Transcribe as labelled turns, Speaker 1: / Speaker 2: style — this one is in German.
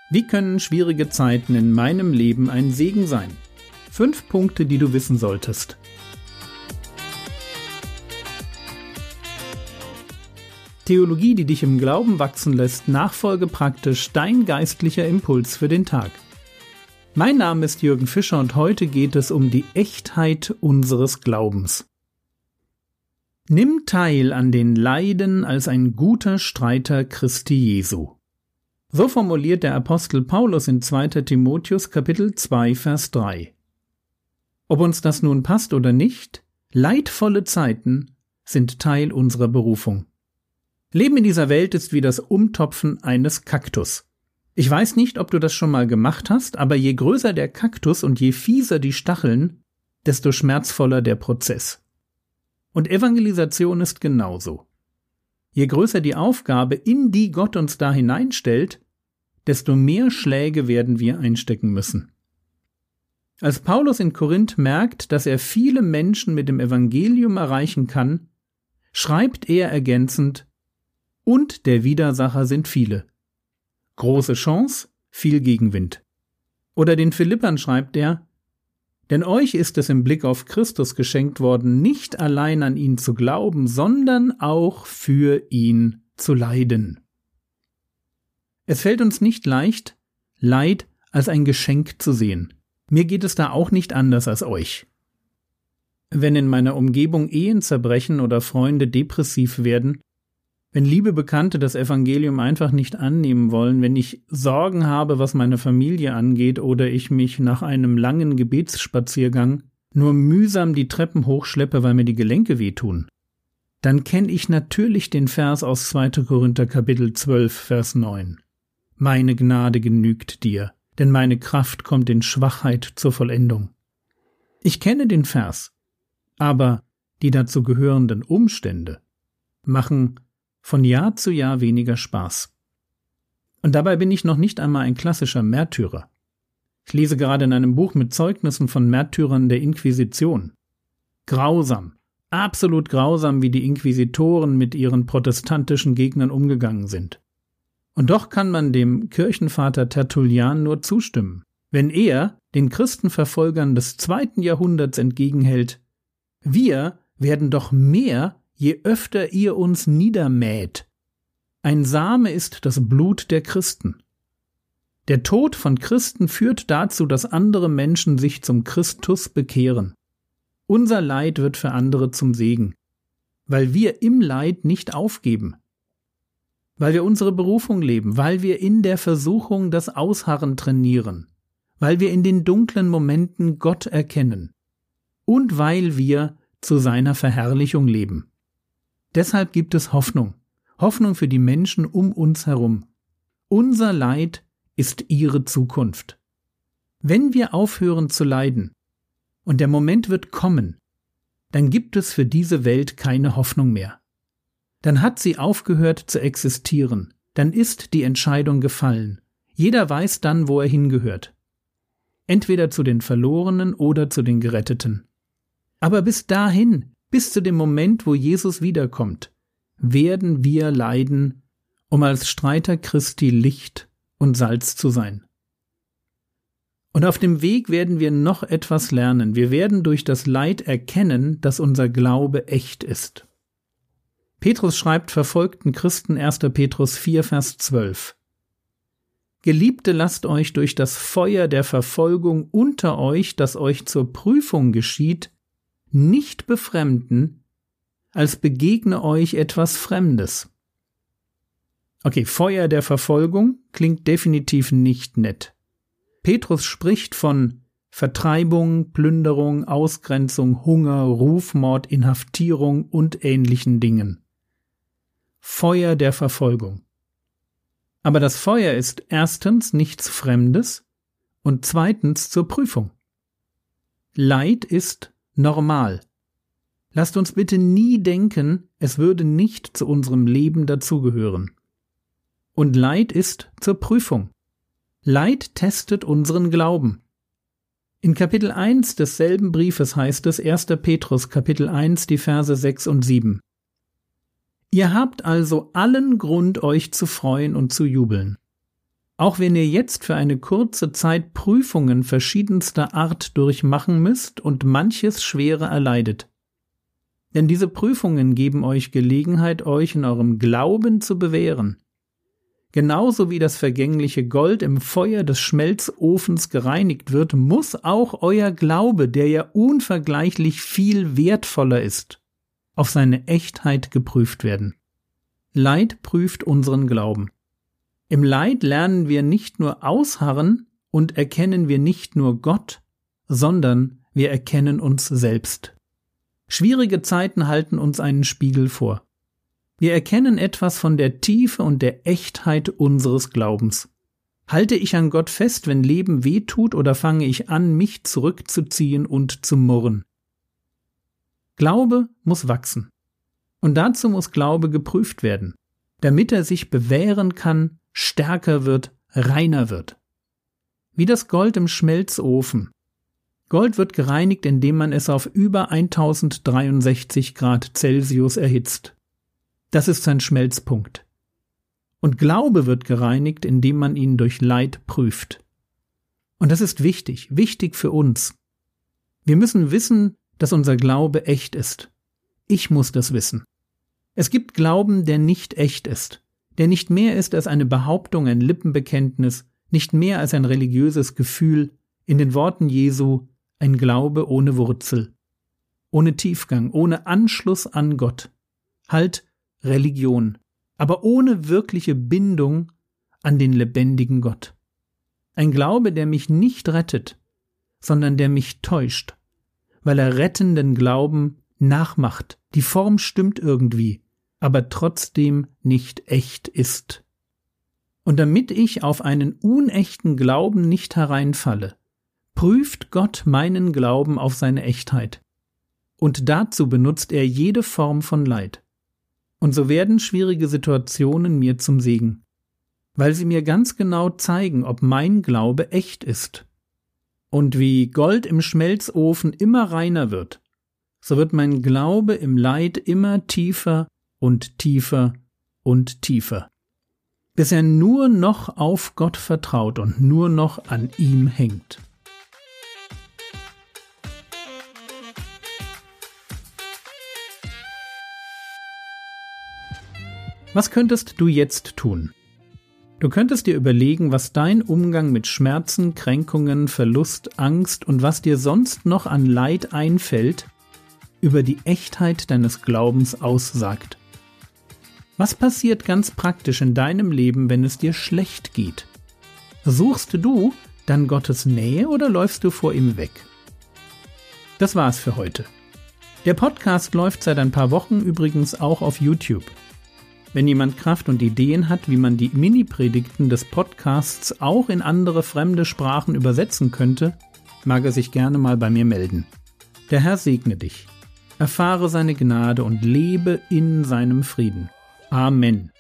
Speaker 1: Wie können schwierige Zeiten in meinem Leben ein Segen sein? 5 Punkte, die du wissen solltest. Theologie, die dich im Glauben wachsen lässt, nachfolge praktisch dein geistlicher Impuls für den Tag. Mein Name ist Jürgen Fischer und heute geht es um die Echtheit unseres Glaubens. Nimm teil an den Leiden als ein guter Streiter Christi Jesu. So formuliert der Apostel Paulus in 2. Timotheus Kapitel 2, Vers 3. Ob uns das nun passt oder nicht, leidvolle Zeiten sind Teil unserer Berufung. Leben in dieser Welt ist wie das Umtopfen eines Kaktus. Ich weiß nicht, ob du das schon mal gemacht hast, aber je größer der Kaktus und je fieser die Stacheln, desto schmerzvoller der Prozess. Und Evangelisation ist genauso. Je größer die Aufgabe, in die Gott uns da hineinstellt, desto mehr Schläge werden wir einstecken müssen. Als Paulus in Korinth merkt, dass er viele Menschen mit dem Evangelium erreichen kann, schreibt er ergänzend: Und der Widersacher sind viele. Große Chance, viel Gegenwind. Oder den Philippern schreibt er: Denn euch ist es im Blick auf Christus geschenkt worden, nicht allein an ihn zu glauben, sondern auch für ihn zu leiden. Es fällt uns nicht leicht, Leid als ein Geschenk zu sehen. Mir geht es da auch nicht anders als euch. Wenn in meiner Umgebung Ehen zerbrechen oder Freunde depressiv werden, wenn liebe Bekannte das Evangelium einfach nicht annehmen wollen, wenn ich Sorgen habe, was meine Familie angeht, oder ich mich nach einem langen Gebetsspaziergang nur mühsam die Treppen hochschleppe, weil mir die Gelenke wehtun, dann kenne ich natürlich den Vers aus 2. Korinther Kapitel 12, Vers 9. Meine Gnade genügt dir, denn meine Kraft kommt in Schwachheit zur Vollendung. Ich kenne den Vers, aber die dazu gehörenden Umstände machen von Jahr zu Jahr weniger Spaß. Und dabei bin ich noch nicht einmal ein klassischer Märtyrer. Ich lese gerade in einem Buch mit Zeugnissen von Märtyrern der Inquisition. Grausam, absolut grausam, wie die Inquisitoren mit ihren protestantischen Gegnern umgegangen sind. Und doch kann man dem Kirchenvater Tertullian nur zustimmen, wenn er den Christenverfolgern des 2. Jahrhunderts entgegenhält: Wir werden doch mehr, je öfter ihr uns niedermäht. Ein Same ist das Blut der Christen. Der Tod von Christen führt dazu, dass andere Menschen sich zum Christus bekehren. Unser Leid wird für andere zum Segen, weil wir im Leid nicht aufgeben, weil wir unsere Berufung leben, weil wir in der Versuchung das Ausharren trainieren, weil wir in den dunklen Momenten Gott erkennen und weil wir zu seiner Verherrlichung leben. Deshalb gibt es Hoffnung. Hoffnung für die Menschen um uns herum. Unser Leid ist ihre Zukunft. Wenn wir aufhören zu leiden und der Moment wird kommen, dann gibt es für diese Welt keine Hoffnung mehr. Dann hat sie aufgehört zu existieren. Dann ist die Entscheidung gefallen. Jeder weiß dann, wo er hingehört. Entweder zu den Verlorenen oder zu den Geretteten. Aber bis dahin, bis zu dem Moment, wo Jesus wiederkommt, werden wir leiden, um als Streiter Christi Licht und Salz zu sein. Und auf dem Weg werden wir noch etwas lernen. Wir werden durch das Leid erkennen, dass unser Glaube echt ist. Petrus schreibt verfolgten Christen 1. Petrus 4, Vers 12. Geliebte, lasst euch durch das Feuer der Verfolgung unter euch, das euch zur Prüfung geschieht, nicht befremden, als begegne euch etwas Fremdes. Okay, Feuer der Verfolgung klingt definitiv nicht nett. Petrus spricht von Vertreibung, Plünderung, Ausgrenzung, Hunger, Rufmord, Inhaftierung und ähnlichen Dingen. Feuer der Verfolgung. Aber das Feuer ist erstens nichts Fremdes und zweitens zur Prüfung. Leid ist normal. Lasst uns bitte nie denken, es würde nicht zu unserem Leben dazugehören. Und Leid ist zur Prüfung. Leid testet unseren Glauben. In Kapitel 1 desselben Briefes heißt es 1. Petrus, Kapitel 1, die Verse 6 und 7. Ihr habt also allen Grund, euch zu freuen und zu jubeln. Auch wenn ihr jetzt für eine kurze Zeit Prüfungen verschiedenster Art durchmachen müsst und manches Schwere erleidet. Denn diese Prüfungen geben euch Gelegenheit, euch in eurem Glauben zu bewähren. Genauso wie das vergängliche Gold im Feuer des Schmelzofens gereinigt wird, muss auch euer Glaube, der ja unvergleichlich viel wertvoller ist, auf seine Echtheit geprüft werden. Leid prüft unseren Glauben. Im Leid lernen wir nicht nur ausharren und erkennen wir nicht nur Gott, sondern wir erkennen uns selbst. Schwierige Zeiten halten uns einen Spiegel vor. Wir erkennen etwas von der Tiefe und der Echtheit unseres Glaubens. Halte ich an Gott fest, wenn Leben wehtut, oder fange ich an, mich zurückzuziehen und zu murren? Glaube muss wachsen. Und dazu muss Glaube geprüft werden, damit er sich bewähren kann, stärker wird, reiner wird. Wie das Gold im Schmelzofen. Gold wird gereinigt, indem man es auf über 1063 Grad Celsius erhitzt. Das ist sein Schmelzpunkt. Und Glaube wird gereinigt, indem man ihn durch Leid prüft. Und das ist wichtig für uns. Wir müssen wissen, dass unser Glaube echt ist. Ich muss das wissen. Es gibt Glauben, der nicht echt ist, der nicht mehr ist als eine Behauptung, ein Lippenbekenntnis, nicht mehr als ein religiöses Gefühl, in den Worten Jesu, ein Glaube ohne Wurzel, ohne Tiefgang, ohne Anschluss an Gott, halt Religion, aber ohne wirkliche Bindung an den lebendigen Gott. Ein Glaube, der mich nicht rettet, sondern der mich täuscht, weil er rettenden Glauben nachmacht. Die Form stimmt irgendwie, aber trotzdem nicht echt ist. Und damit ich auf einen unechten Glauben nicht hereinfalle, prüft Gott meinen Glauben auf seine Echtheit. Und dazu benutzt er jede Form von Leid. Und so werden schwierige Situationen mir zum Segen, weil sie mir ganz genau zeigen, ob mein Glaube echt ist. Und wie Gold im Schmelzofen immer reiner wird, so wird mein Glaube im Leid immer tiefer und tiefer und tiefer, bis er nur noch auf Gott vertraut und nur noch an ihm hängt. Was könntest du jetzt tun? Du könntest dir überlegen, was dein Umgang mit Schmerzen, Kränkungen, Verlust, Angst und was dir sonst noch an Leid einfällt, über die Echtheit deines Glaubens aussagt. Was passiert ganz praktisch in deinem Leben, wenn es dir schlecht geht? Suchst du dann Gottes Nähe oder läufst du vor ihm weg? Das war's für heute. Der Podcast läuft seit ein paar Wochen übrigens auch auf YouTube. Wenn jemand Kraft und Ideen hat, wie man die Mini-Predigten des Podcasts auch in andere fremde Sprachen übersetzen könnte, mag er sich gerne mal bei mir melden. Der Herr segne dich. Erfahre seine Gnade und lebe in seinem Frieden. Amen.